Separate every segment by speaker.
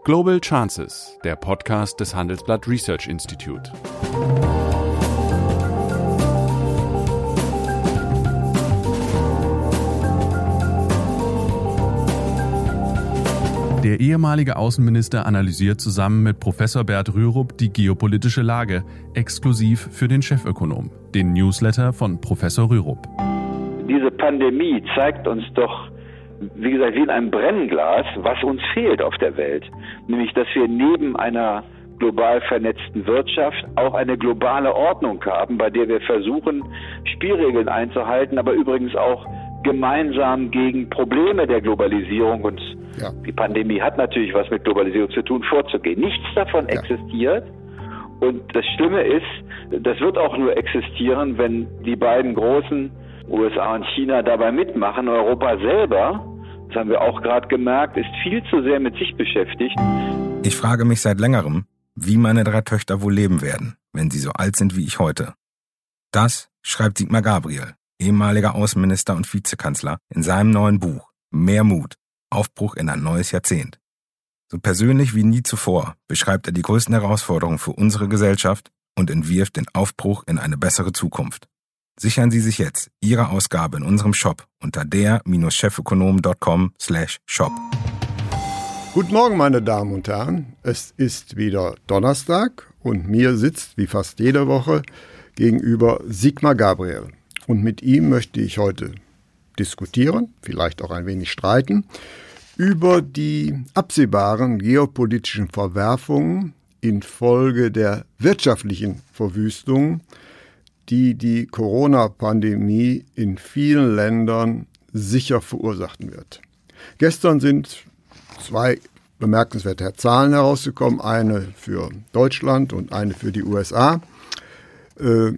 Speaker 1: Global Chances, der Podcast des Handelsblatt Research Institute. Der ehemalige Außenminister analysiert zusammen mit Professor Bert Rürup die geopolitische Lage, exklusiv für den Chefökonom, den Newsletter von Professor Rürup.
Speaker 2: Diese Pandemie zeigt uns doch, wie gesagt, wie in einem Brennglas, was uns fehlt auf der Welt. Nämlich, dass wir neben einer global vernetzten Wirtschaft auch eine globale Ordnung haben, bei der wir versuchen, Spielregeln einzuhalten, aber übrigens auch gemeinsam gegen Probleme der Globalisierung, und die Pandemie hat natürlich was mit Globalisierung zu tun, vorzugehen. Nichts davon existiert. Und das Schlimme ist, das wird auch nur existieren, wenn die beiden großen, USA und China, dabei mitmachen. Europa selber, das haben wir auch gerade gemerkt, ist viel zu sehr mit sich beschäftigt.
Speaker 3: Ich frage mich seit längerem, wie meine 3 Töchter wohl leben werden, wenn sie so alt sind wie ich heute. Das schreibt Sigmar Gabriel, ehemaliger Außenminister und Vizekanzler, in seinem neuen Buch Mehr Mut, Aufbruch in ein neues Jahrzehnt. So persönlich wie nie zuvor beschreibt er die größten Herausforderungen für unsere Gesellschaft und entwirft den Aufbruch in eine bessere Zukunft. Sichern Sie sich jetzt Ihre Ausgabe in unserem Shop unter der-chefökonom.com/shop.
Speaker 4: Guten Morgen, meine Damen und Herren. Es ist wieder Donnerstag und mir sitzt, wie fast jede Woche, gegenüber Sigmar Gabriel. Und mit ihm möchte ich heute diskutieren, vielleicht auch ein wenig streiten, über die absehbaren geopolitischen Verwerfungen infolge der wirtschaftlichen Verwüstung, die die Corona-Pandemie in vielen Ländern sicher verursachen wird. Gestern sind 2 bemerkenswerte Zahlen herausgekommen, eine für Deutschland und eine für die USA. Die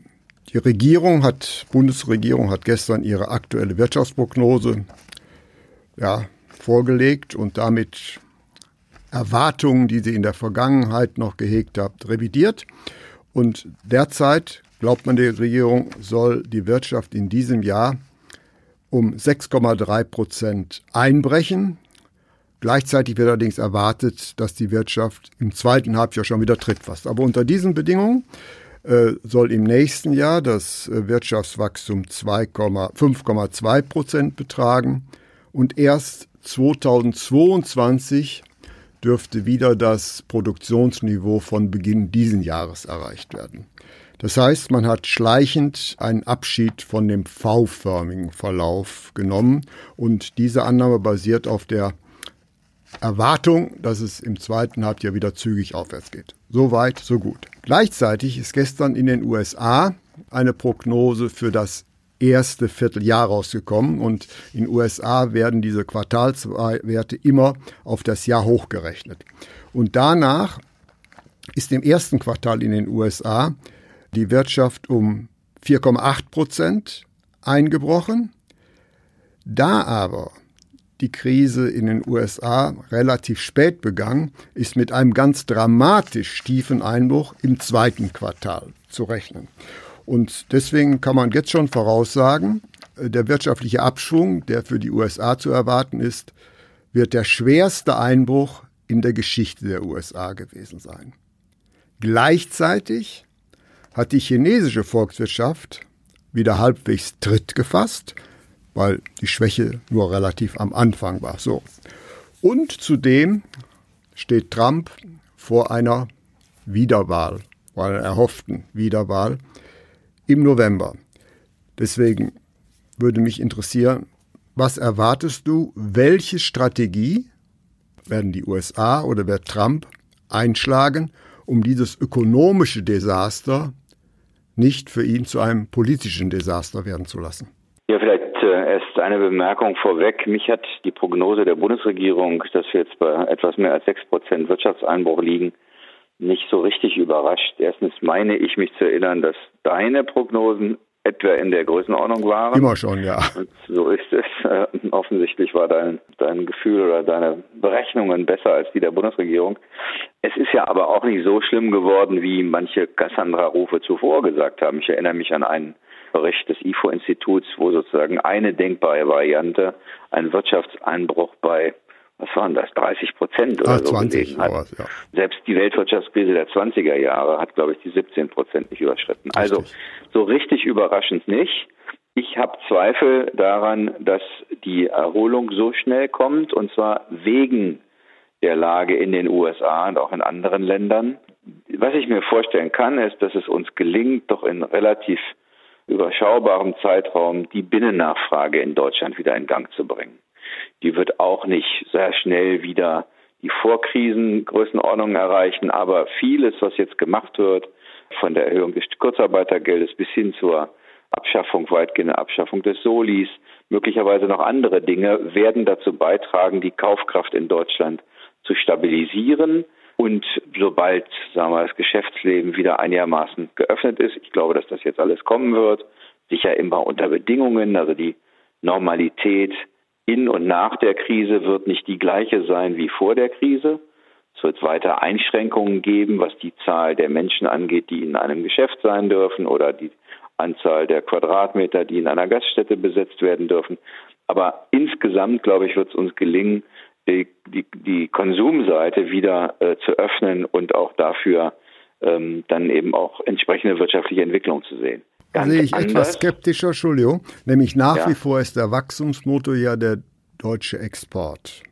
Speaker 4: Bundesregierung hat gestern ihre aktuelle Wirtschaftsprognose vorgelegt und damit Erwartungen, die sie in der Vergangenheit noch gehegt hat, revidiert. Und derzeit glaubt man, die Regierung soll die Wirtschaft in diesem Jahr um 6,3% einbrechen. Gleichzeitig wird allerdings erwartet, dass die Wirtschaft im zweiten Halbjahr schon wieder Tritt fasst. Aber unter diesen Bedingungen soll im nächsten Jahr das Wirtschaftswachstum 5,2% betragen und erst 2022 dürfte wieder das Produktionsniveau von Beginn dieses Jahres erreicht werden. Das heißt, man hat schleichend einen Abschied von dem V-förmigen Verlauf genommen und diese Annahme basiert auf der Erwartung, dass es im zweiten Halbjahr wieder zügig aufwärts geht. So weit, so gut. Gleichzeitig ist gestern in den USA eine Prognose für das erste Vierteljahr rausgekommen und in den USA werden diese Quartalswerte immer auf das Jahr hochgerechnet. Und danach ist im ersten Quartal in den USA die Wirtschaft um 4,8% eingebrochen. Da aber die Krise in den USA relativ spät begann, ist mit einem ganz dramatisch tiefen Einbruch im zweiten Quartal zu rechnen. Und deswegen kann man jetzt schon voraussagen, der wirtschaftliche Abschwung, der für die USA zu erwarten ist, wird der schwerste Einbruch in der Geschichte der USA gewesen sein. Gleichzeitig hat die chinesische Volkswirtschaft wieder halbwegs Tritt gefasst, weil die Schwäche nur relativ am Anfang war. So. Und zudem steht Trump vor einer Wiederwahl, einer erhofften Wiederwahl im November. Deswegen würde mich interessieren, was erwartest du, welche Strategie werden die USA oder wird Trump einschlagen, um dieses ökonomische Desaster nicht für ihn zu einem politischen Desaster werden zu lassen?
Speaker 2: Ja, vielleicht erst eine Bemerkung vorweg. Mich hat die Prognose der Bundesregierung, dass wir jetzt bei etwas mehr als 6% Wirtschaftseinbruch liegen, nicht so richtig überrascht. Erstens meine ich mich zu erinnern, dass deine Prognosen etwa in der Größenordnung waren.
Speaker 4: Immer schon, ja.
Speaker 2: Und so ist es. Offensichtlich war dein Gefühl oder deine Berechnungen besser als die der Bundesregierung. Es ist ja aber auch nicht so schlimm geworden, wie manche Cassandra-Rufe zuvor gesagt haben. Ich erinnere mich an einen Bericht des IFO-Instituts, wo sozusagen eine denkbare Variante ein Wirtschaftseinbruch bei was waren das, 30% oder so
Speaker 4: 20
Speaker 2: gelegen hat.
Speaker 4: Sowas, ja.
Speaker 2: Selbst die Weltwirtschaftskrise der 20er Jahre hat, glaube ich, die 17% nicht überschritten.
Speaker 4: Richtig.
Speaker 2: Also so richtig überraschend nicht. Ich habe Zweifel daran, dass die Erholung so schnell kommt, und zwar wegen der Lage in den USA und auch in anderen Ländern. Was ich mir vorstellen kann, ist, dass es uns gelingt, doch in relativ überschaubarem Zeitraum die Binnennachfrage in Deutschland wieder in Gang zu bringen. Die wird auch nicht sehr schnell wieder die Vorkrisengrößenordnungen erreichen, aber vieles, was jetzt gemacht wird, von der Erhöhung des Kurzarbeitergeldes bis hin zur weitgehende Abschaffung des Solis, möglicherweise noch andere Dinge, werden dazu beitragen, die Kaufkraft in Deutschland zu stabilisieren. Und sobald, sagen wir, das Geschäftsleben wieder einigermaßen geöffnet ist, ich glaube, dass das jetzt alles kommen wird, sicher immer unter Bedingungen, also die Normalität in und nach der Krise wird nicht die gleiche sein wie vor der Krise. Es wird weiter Einschränkungen geben, was die Zahl der Menschen angeht, die in einem Geschäft sein dürfen, oder die Anzahl der Quadratmeter, die in einer Gaststätte besetzt werden dürfen. Aber insgesamt, glaube ich, wird es uns gelingen, die Konsumseite wieder zu öffnen und auch dafür dann eben auch entsprechende wirtschaftliche Entwicklung zu sehen.
Speaker 4: Sehe ich etwas skeptischer, Entschuldigung. Nämlich nach wie vor ist der Wachstumsmotor ja der deutsche Export.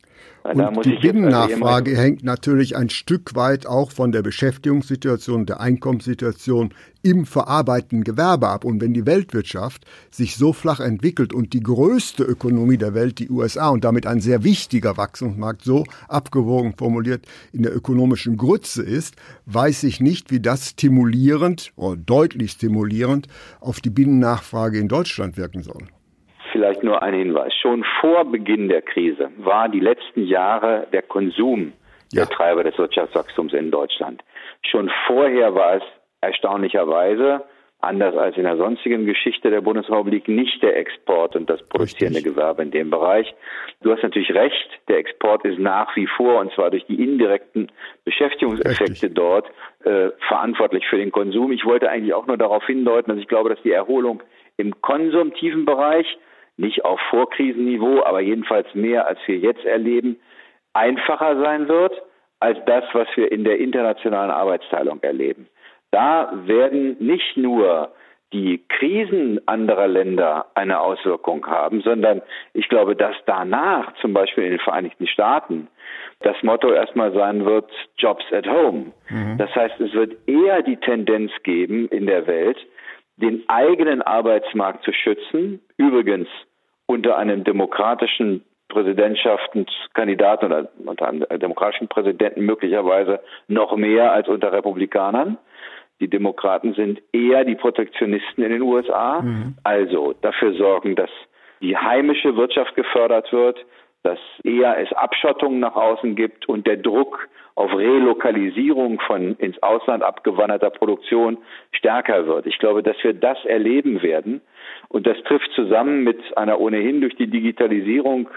Speaker 4: Und die Binnennachfrage hängt natürlich ein Stück weit auch von der Beschäftigungssituation, der Einkommenssituation im verarbeitenden Gewerbe ab. Und wenn die Weltwirtschaft sich so flach entwickelt und die größte Ökonomie der Welt, die USA, und damit ein sehr wichtiger Wachstumsmarkt, so abgewogen formuliert in der ökonomischen Grütze ist, weiß ich nicht, wie das stimulierend oder deutlich stimulierend auf die Binnennachfrage in Deutschland wirken soll.
Speaker 2: Vielleicht nur ein Hinweis. Schon vor Beginn der Krise war die letzten Jahre der Konsum der Treiber des Wirtschaftswachstums in Deutschland. Schon vorher war es erstaunlicherweise, anders als in der sonstigen Geschichte der Bundesrepublik, nicht der Export und das produzierende Gewerbe in dem Bereich. Du hast natürlich recht, der Export ist nach wie vor, und zwar durch die indirekten Beschäftigungseffekte dort, verantwortlich für den Konsum. Ich wollte eigentlich auch nur darauf hindeuten, dass ich glaube, dass die Erholung im konsumtiven Bereich, nicht auf Vorkrisenniveau, aber jedenfalls mehr, als wir jetzt erleben, einfacher sein wird als das, was wir in der internationalen Arbeitsteilung erleben. Da werden nicht nur die Krisen anderer Länder eine Auswirkung haben, sondern ich glaube, dass danach, zum Beispiel in den Vereinigten Staaten, das Motto erstmal sein wird, Jobs at Home. Das heißt, es wird eher die Tendenz geben in der Welt, den eigenen Arbeitsmarkt zu schützen, übrigens unter einem demokratischen Präsidentschaftskandidaten oder unter einem demokratischen Präsidenten möglicherweise noch mehr als unter Republikanern. Die Demokraten sind eher die Protektionisten in den USA, also dafür sorgen, dass die heimische Wirtschaft gefördert wird, dass eher es Abschottungen nach außen gibt und der Druck auf Relokalisierung von ins Ausland abgewanderter Produktion stärker wird. Ich glaube, dass wir das erleben werden, und das trifft zusammen mit einer ohnehin durch die Digitalisierung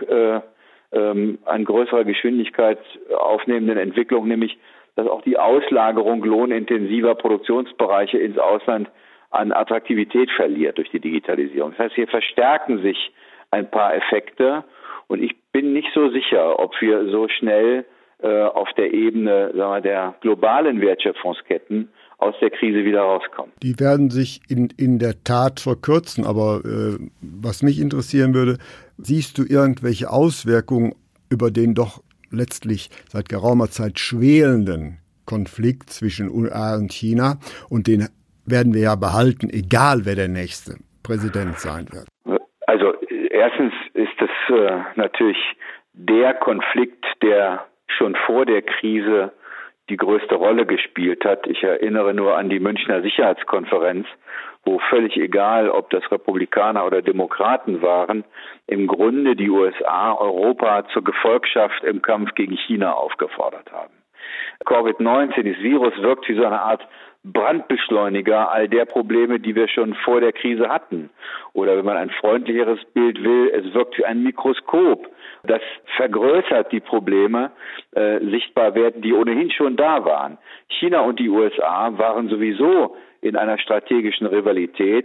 Speaker 2: an größerer Geschwindigkeit aufnehmenden Entwicklung, nämlich dass auch die Auslagerung lohnintensiver Produktionsbereiche ins Ausland an Attraktivität verliert durch die Digitalisierung. Das heißt, hier verstärken sich ein paar Effekte, und ich bin nicht so sicher, ob wir so schnell auf der Ebene, sagen wir, der globalen Wertschöpfungsketten aus der Krise wieder rauskommen.
Speaker 4: Die werden sich in der Tat verkürzen, aber was mich interessieren würde, siehst du irgendwelche Auswirkungen über den doch letztlich seit geraumer Zeit schwelenden Konflikt zwischen USA und China, und den werden wir ja behalten, egal wer der nächste Präsident sein wird?
Speaker 2: Also erstens ist das natürlich der Konflikt, der schon vor der Krise die größte Rolle gespielt hat. Ich erinnere nur an die Münchner Sicherheitskonferenz, wo völlig egal, ob das Republikaner oder Demokraten waren, im Grunde die USA Europa zur Gefolgschaft im Kampf gegen China aufgefordert haben. Covid-19, das Virus, wirkt wie so eine Art Brandbeschleuniger all der Probleme, die wir schon vor der Krise hatten. Oder wenn man ein freundlicheres Bild will, es wirkt wie ein Mikroskop. Das vergrößert die Probleme, sichtbar werden, die ohnehin schon da waren. China und die USA waren sowieso in einer strategischen Rivalität,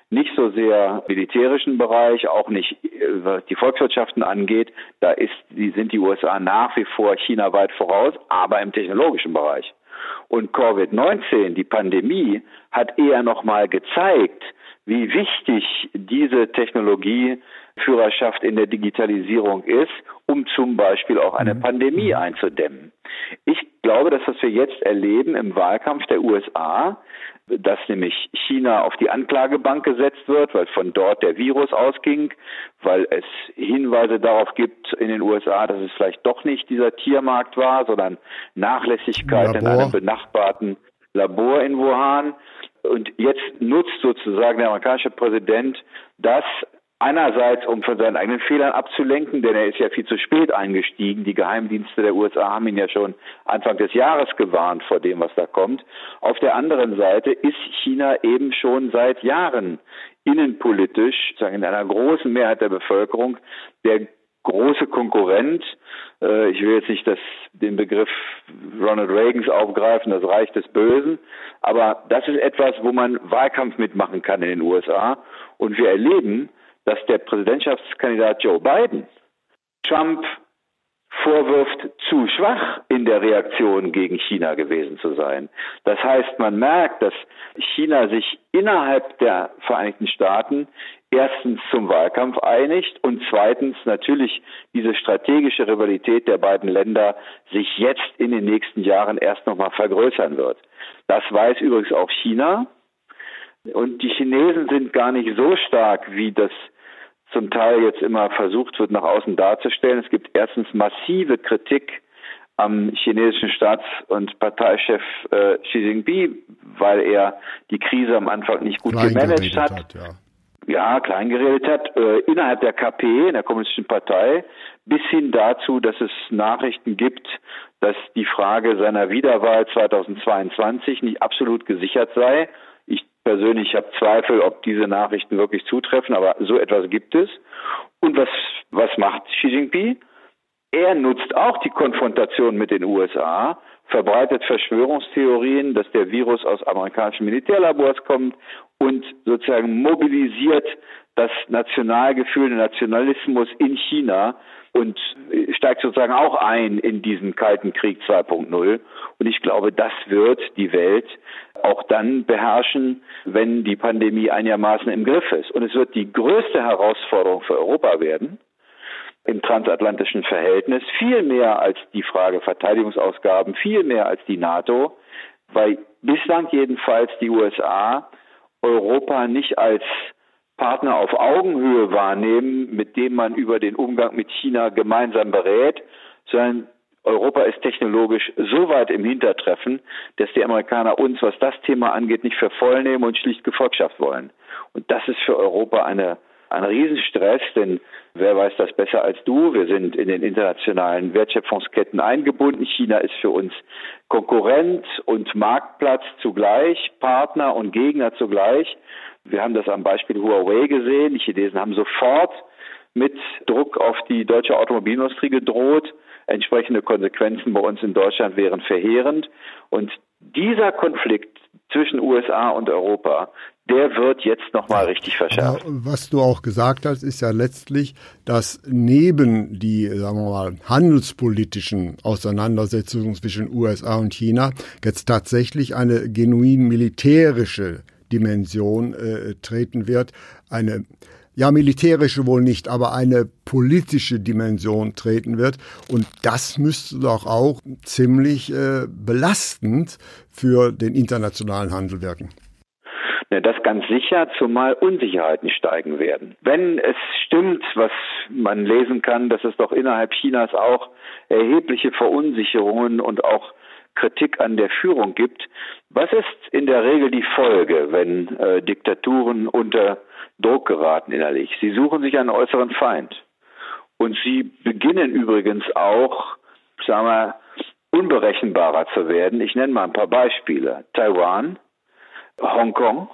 Speaker 2: nicht so sehr militärischen Bereich, auch nicht was die Volkswirtschaften angeht. Sind die USA nach wie vor China weit voraus, aber im technologischen Bereich. Und Covid-19, die Pandemie, hat eher nochmal gezeigt, wie wichtig diese Technologieführerschaft in der Digitalisierung ist, um zum Beispiel auch eine Pandemie einzudämmen. Ich glaube, dass was wir jetzt erleben im Wahlkampf der USA, dass nämlich China auf die Anklagebank gesetzt wird, weil von dort der Virus ausging, weil es Hinweise darauf gibt in den USA, dass es vielleicht doch nicht dieser Tiermarkt war, sondern Nachlässigkeit in einem benachbarten Labor in Wuhan. Und jetzt nutzt sozusagen der amerikanische Präsident das einerseits, um von seinen eigenen Fehlern abzulenken, denn er ist ja viel zu spät eingestiegen. Die Geheimdienste der USA haben ihn ja schon Anfang des Jahres gewarnt vor dem, was da kommt. Auf der anderen Seite ist China eben schon seit Jahren innenpolitisch, sagen in einer großen Mehrheit der Bevölkerung, der große Konkurrent. Ich will jetzt nicht den Begriff Ronald Reagans aufgreifen, das Reich des Bösen, aber das ist etwas, wo man Wahlkampf mitmachen kann in den USA. Und wir erleben, dass der Präsidentschaftskandidat Joe Biden Trump vorwirft, zu schwach in der Reaktion gegen China gewesen zu sein. Das heißt, man merkt, dass China sich innerhalb der Vereinigten Staaten erstens zum Wahlkampf einigt und zweitens natürlich diese strategische Rivalität der beiden Länder sich jetzt in den nächsten Jahren erst nochmal vergrößern wird. Das weiß übrigens auch China. Und die Chinesen sind gar nicht so stark, wie das zum Teil jetzt immer versucht wird, nach außen darzustellen. Es gibt erstens massive Kritik am chinesischen Staats- und Parteichef Xi Jinping, weil er die Krise am Anfang nicht gut gemanagt hat. Ja, kleingeredet hat, innerhalb der KP, in der Kommunistischen Partei, bis hin dazu, dass es Nachrichten gibt, dass die Frage seiner Wiederwahl 2022 nicht absolut gesichert sei. Ich persönlich habe Zweifel, ob diese Nachrichten wirklich zutreffen, aber so etwas gibt es. Und was macht Xi Jinping? Er nutzt auch die Konfrontation mit den USA, verbreitet Verschwörungstheorien, dass der Virus aus amerikanischen Militärlabors kommt und sozusagen mobilisiert das Nationalgefühl, den Nationalismus in China und steigt sozusagen auch ein in diesen Kalten Krieg 2.0. Und ich glaube, das wird die Welt auch dann beherrschen, wenn die Pandemie einigermaßen im Griff ist. Und es wird die größte Herausforderung für Europa werden, im transatlantischen Verhältnis, viel mehr als die Frage Verteidigungsausgaben, viel mehr als die NATO, weil bislang jedenfalls die USA Europa nicht als Partner auf Augenhöhe wahrnehmen, mit dem man über den Umgang mit China gemeinsam berät, sondern Europa ist technologisch so weit im Hintertreffen, dass die Amerikaner uns, was das Thema angeht, nicht für voll nehmen und schlicht Gefolgschaft wollen. Und das ist für Europa ein Riesenstress, denn wer weiß das besser als du? Wir sind in den internationalen Wertschöpfungsketten eingebunden. China ist für uns Konkurrent und Marktplatz zugleich, Partner und Gegner zugleich. Wir haben das am Beispiel Huawei gesehen. Die Chinesen haben sofort mit Druck auf die deutsche Automobilindustrie gedroht. Entsprechende Konsequenzen bei uns in Deutschland wären verheerend. Und dieser Konflikt zwischen USA und Europa, der wird jetzt nochmal richtig verschärft.
Speaker 4: Was du auch gesagt hast, ist ja letztlich, dass neben die, sagen wir mal, handelspolitischen Auseinandersetzungen zwischen USA und China jetzt tatsächlich eine genuin militärische Dimension treten wird. Eine, ja, militärische wohl nicht, aber eine politische Dimension treten wird. Und das müsste doch auch ziemlich belastend für den internationalen Handel wirken.
Speaker 2: Ja, das ganz sicher, zumal Unsicherheiten steigen werden. Wenn es stimmt, was man lesen kann, dass es doch innerhalb Chinas auch erhebliche Verunsicherungen und auch Kritik an der Führung gibt, was ist in der Regel die Folge, wenn Diktaturen unter Druck geraten innerlich? Sie suchen sich einen äußeren Feind. Und sie beginnen übrigens auch, sagen wir, unberechenbarer zu werden. Ich nenne mal ein paar Beispiele. Taiwan, Hongkong,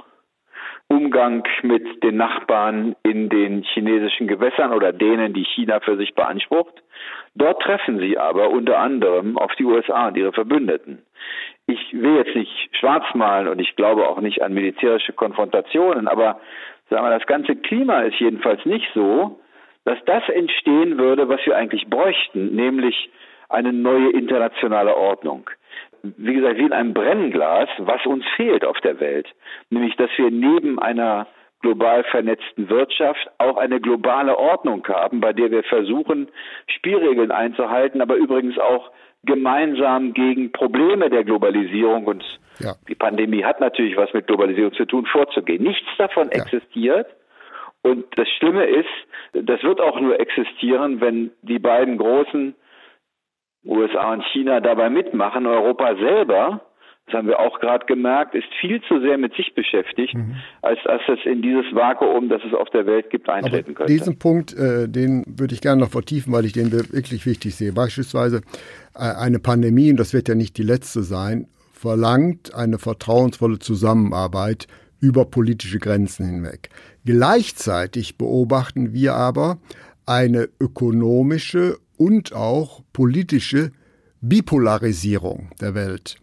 Speaker 2: Umgang mit den Nachbarn in den chinesischen Gewässern oder denen, die China für sich beansprucht. Dort treffen sie aber unter anderem auf die USA und ihre Verbündeten. Ich will jetzt nicht schwarz malen und ich glaube auch nicht an militärische Konfrontationen, aber sagen wir, das ganze Klima ist jedenfalls nicht so, dass das entstehen würde, was wir eigentlich bräuchten, nämlich eine neue internationale Ordnung. Wie gesagt, wie in einem Brennglas, was uns fehlt auf der Welt. Nämlich, dass wir neben einer global vernetzten Wirtschaft auch eine globale Ordnung haben, bei der wir versuchen, Spielregeln einzuhalten, aber übrigens auch gemeinsam gegen Probleme der Globalisierung, und die Pandemie hat natürlich was mit Globalisierung zu tun, vorzugehen. Nichts davon existiert. Und das Schlimme ist, das wird auch nur existieren, wenn die beiden großen, USA und China, dabei mitmachen. Europa selber, das haben wir auch gerade gemerkt, ist viel zu sehr mit sich beschäftigt, als dass es in dieses Vakuum, das es auf der Welt gibt, eintreten könnte.
Speaker 4: Diesen Punkt, den würde ich gerne noch vertiefen, weil ich den wirklich wichtig sehe. Beispielsweise eine Pandemie, und das wird ja nicht die letzte sein, verlangt eine vertrauensvolle Zusammenarbeit über politische Grenzen hinweg. Gleichzeitig beobachten wir aber eine ökonomische und auch politische Bipolarisierung der Welt.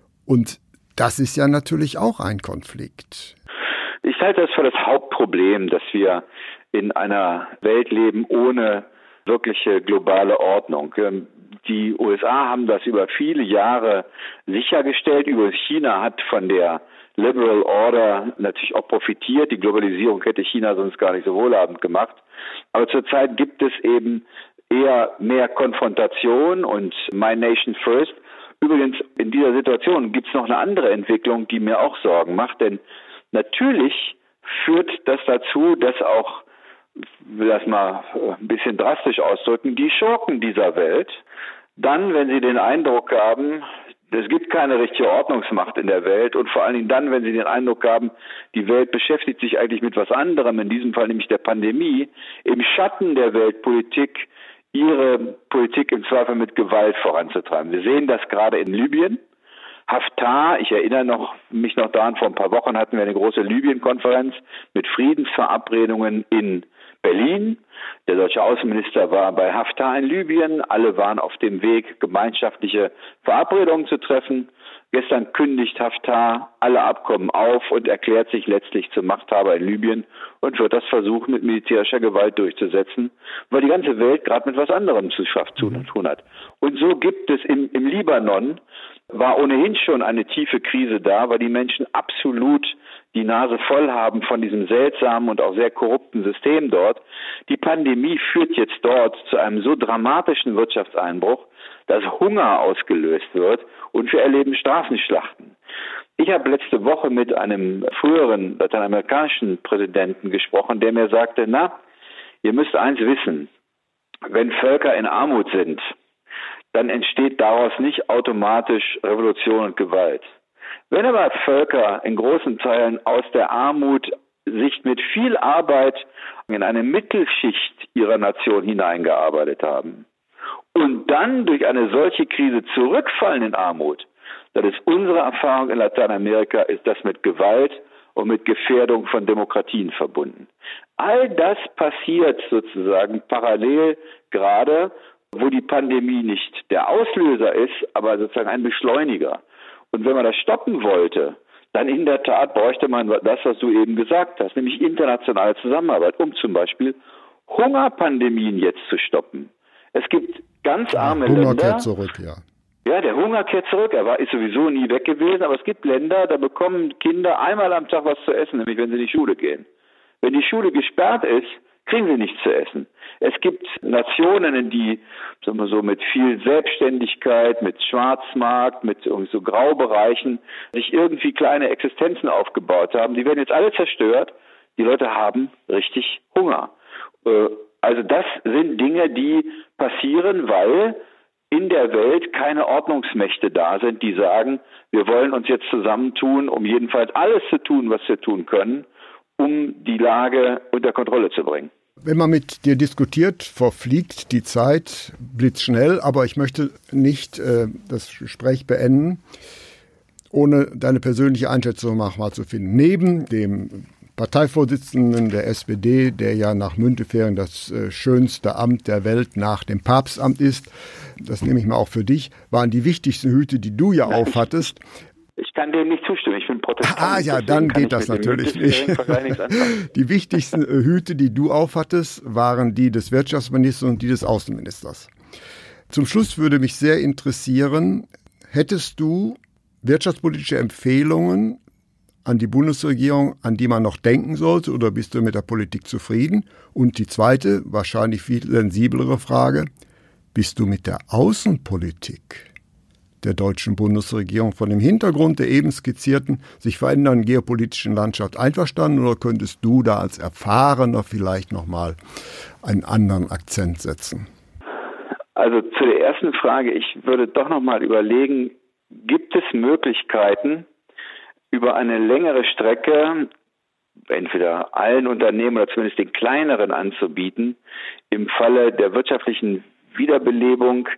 Speaker 4: Und das ist ja natürlich auch ein Konflikt.
Speaker 2: Ich halte das für das Hauptproblem, dass wir in einer Welt leben ohne wirkliche globale Ordnung. Die USA haben das über viele Jahre sichergestellt. Übrigens China hat von der Liberal Order natürlich auch profitiert. Die Globalisierung hätte China sonst gar nicht so wohlhabend gemacht. Aber zurzeit gibt es eben eher mehr Konfrontation und My Nation First. Übrigens, in dieser Situation gibt es noch eine andere Entwicklung, die mir auch Sorgen macht. Denn natürlich führt das dazu, dass auch, ich will das mal ein bisschen drastisch ausdrücken, die Schurken dieser Welt dann, wenn sie den Eindruck haben, es gibt keine richtige Ordnungsmacht in der Welt, und vor allen Dingen dann, wenn sie den Eindruck haben, die Welt beschäftigt sich eigentlich mit was anderem, in diesem Fall nämlich der Pandemie, im Schatten der Weltpolitik ihre Politik im Zweifel mit Gewalt voranzutreiben. Wir sehen das gerade in Libyen. Haftar, ich erinnere mich noch daran, vor ein paar Wochen hatten wir eine große Libyen-Konferenz mit Friedensverabredungen in Berlin. Der deutsche Außenminister war bei Haftar in Libyen. Alle waren auf dem Weg, gemeinschaftliche Verabredungen zu treffen. Gestern kündigt Haftar alle Abkommen auf und erklärt sich letztlich zum Machthaber in Libyen und wird das versuchen, mit militärischer Gewalt durchzusetzen, weil die ganze Welt gerade mit was anderem zu tun hat. Und so gibt es im Libanon, war ohnehin schon eine tiefe Krise da, weil die Menschen absolut die Nase voll haben von diesem seltsamen und auch sehr korrupten System dort. Die Pandemie führt jetzt dort zu einem so dramatischen Wirtschaftseinbruch, dass Hunger ausgelöst wird und wir erleben Straßenschlachten. Ich habe letzte Woche mit einem früheren lateinamerikanischen Präsidenten gesprochen, der mir sagte, ihr müsst eins wissen, wenn Völker in Armut sind, dann entsteht daraus nicht automatisch Revolution und Gewalt. Wenn aber Völker in großen Teilen aus der Armut sich mit viel Arbeit in eine Mittelschicht ihrer Nation hineingearbeitet haben und dann durch eine solche Krise zurückfallen in Armut, dann ist unsere Erfahrung in Lateinamerika, ist das mit Gewalt und mit Gefährdung von Demokratien verbunden. All das passiert sozusagen parallel gerade, wo die Pandemie nicht der Auslöser ist, aber sozusagen ein Beschleuniger. Und wenn man das stoppen wollte, dann in der Tat bräuchte man das, was du eben gesagt hast, nämlich internationale Zusammenarbeit, um zum Beispiel Hungerpandemien jetzt zu stoppen. Es gibt ganz arme Länder.
Speaker 4: Hunger kehrt zurück, ja.
Speaker 2: Ja, der Hunger kehrt zurück. Ist sowieso nie weg gewesen, aber es gibt Länder, da bekommen Kinder einmal am Tag was zu essen, nämlich wenn sie in die Schule gehen. Wenn die Schule gesperrt ist, kriegen sie nichts zu essen. Es gibt Nationen, in die, sagen wir so, mit viel Selbstständigkeit, mit Schwarzmarkt, mit so Graubereichen sich irgendwie kleine Existenzen aufgebaut haben. Die werden jetzt alle zerstört. Die Leute haben richtig Hunger. Also das sind Dinge, die passieren, weil in der Welt keine Ordnungsmächte da sind, die sagen, wir wollen uns jetzt zusammentun, um jedenfalls alles zu tun, was wir tun können, um die Lage unter Kontrolle zu bringen.
Speaker 4: Wenn man mit dir diskutiert, verfliegt die Zeit blitzschnell, aber ich möchte nicht das Gespräch beenden, ohne deine persönliche Einschätzung mal zu finden. Neben dem Parteivorsitzenden der SPD, der ja nach Müntefering das schönste Amt der Welt nach dem Papstamt ist, das nehme ich mal auch für dich, waren die wichtigsten Hüte, die du ja aufhattest,
Speaker 2: Ich kann dem nicht zustimmen, ich bin Protestant.
Speaker 4: Ja, dann geht das natürlich nicht. Die wichtigsten Hüte, die du aufhattest, waren die des Wirtschaftsministers und die des Außenministers. Zum Schluss würde mich sehr interessieren, hättest du wirtschaftspolitische Empfehlungen an die Bundesregierung, an die man noch denken sollte, oder bist du mit der Politik zufrieden? Und die zweite, wahrscheinlich viel sensiblere Frage, bist du mit der Außenpolitik der deutschen Bundesregierung von dem Hintergrund der eben skizzierten, sich verändernden geopolitischen Landschaft einverstanden, oder könntest du da als Erfahrener vielleicht nochmal einen anderen Akzent setzen?
Speaker 2: Also zu der ersten Frage, ich würde doch nochmal überlegen, gibt es Möglichkeiten, über eine längere Strecke entweder allen Unternehmen oder zumindest den kleineren anzubieten, im Falle der wirtschaftlichen Wiederbelebung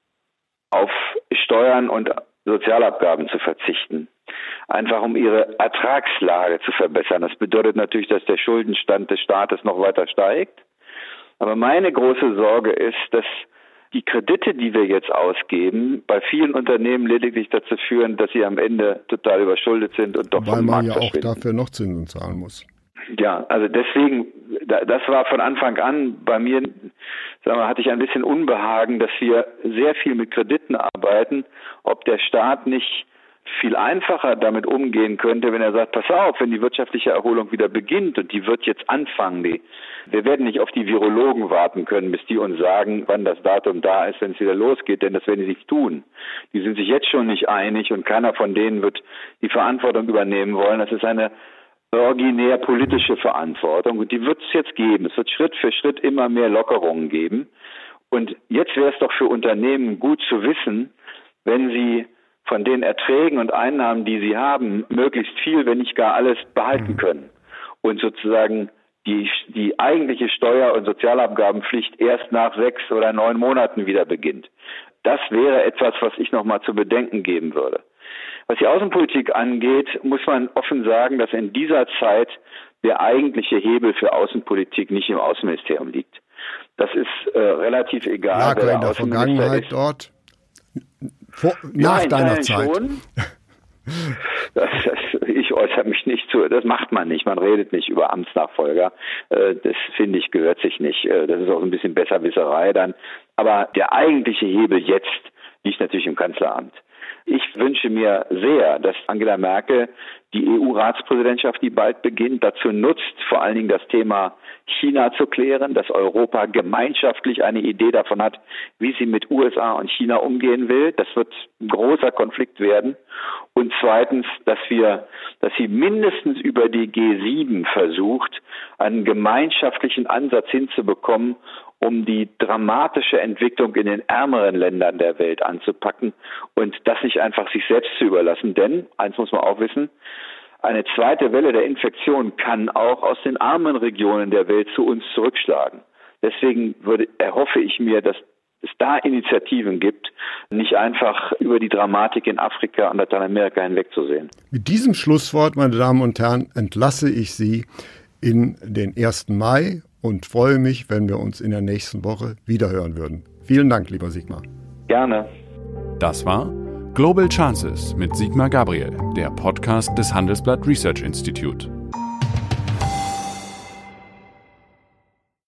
Speaker 2: auf Steuern und Sozialabgaben zu verzichten. Einfach um ihre Ertragslage zu verbessern. Das bedeutet natürlich, dass der Schuldenstand des Staates noch weiter steigt. Aber meine große Sorge ist, dass die Kredite, die wir jetzt ausgeben, bei vielen Unternehmen lediglich dazu führen, dass sie am Ende total überschuldet sind und doch vom Markt verschwinden. Weil man ja auch
Speaker 4: dafür noch Zinsen zahlen muss.
Speaker 2: Ja, also deswegen, das war von Anfang an bei mir, hatte ich ein bisschen Unbehagen, dass wir sehr viel mit Krediten arbeiten, ob der Staat nicht viel einfacher damit umgehen könnte, wenn er sagt, pass auf, wenn die wirtschaftliche Erholung wieder beginnt und die wird jetzt anfangen, wir werden nicht auf die Virologen warten können, bis die uns sagen, wann das Datum da ist, wenn es wieder losgeht, denn das werden sie nicht tun. Die sind sich jetzt schon nicht einig und keiner von denen wird die Verantwortung übernehmen wollen. Das ist eine originär politische Verantwortung und die wird es jetzt geben. Es wird Schritt für Schritt immer mehr Lockerungen geben. Und jetzt wäre es doch für Unternehmen gut zu wissen, wenn sie von den Erträgen und Einnahmen, die sie haben, möglichst viel, wenn nicht gar alles behalten können. Und sozusagen die eigentliche Steuer- und Sozialabgabenpflicht erst nach 6 oder 9 Monaten wieder beginnt. Das wäre etwas, was ich nochmal zu bedenken geben würde. Was die Außenpolitik angeht, muss man offen sagen, dass in dieser Zeit der eigentliche Hebel für Außenpolitik nicht im Außenministerium liegt. Das ist relativ egal.
Speaker 4: Lag er in der Vergangenheit dort? Nach deiner Zeit? Schon.
Speaker 2: Ich äußere mich nicht zu, das macht man nicht, man redet nicht über Amtsnachfolger, das finde ich gehört sich nicht, das ist auch ein bisschen Besserwisserei dann, aber der eigentliche Hebel jetzt liegt natürlich im Kanzleramt. Ich wünsche mir sehr, dass Angela Merkel die EU-Ratspräsidentschaft, die bald beginnt, dazu nutzt, vor allen Dingen das Thema China zu klären, dass Europa gemeinschaftlich eine Idee davon hat, wie sie mit USA und China umgehen will. Das wird ein großer Konflikt werden. Und zweitens, dass sie mindestens über die G7 versucht, einen gemeinschaftlichen Ansatz hinzubekommen, um die dramatische Entwicklung in den ärmeren Ländern der Welt anzupacken und das nicht einfach sich selbst zu überlassen. Denn, eins muss man auch wissen, eine zweite Welle der Infektion kann auch aus den armen Regionen der Welt zu uns zurückschlagen. Deswegen erhoffe ich mir, dass es da Initiativen gibt, nicht einfach über die Dramatik in Afrika und Lateinamerika hinwegzusehen.
Speaker 4: Mit diesem Schlusswort, meine Damen und Herren, entlasse ich Sie in den 1. Mai und freue mich, wenn wir uns in der nächsten Woche wiederhören würden. Vielen Dank, lieber Sigmar.
Speaker 2: Gerne.
Speaker 1: Das war Global Chances mit Sigmar Gabriel, der Podcast des Handelsblatt Research Institute.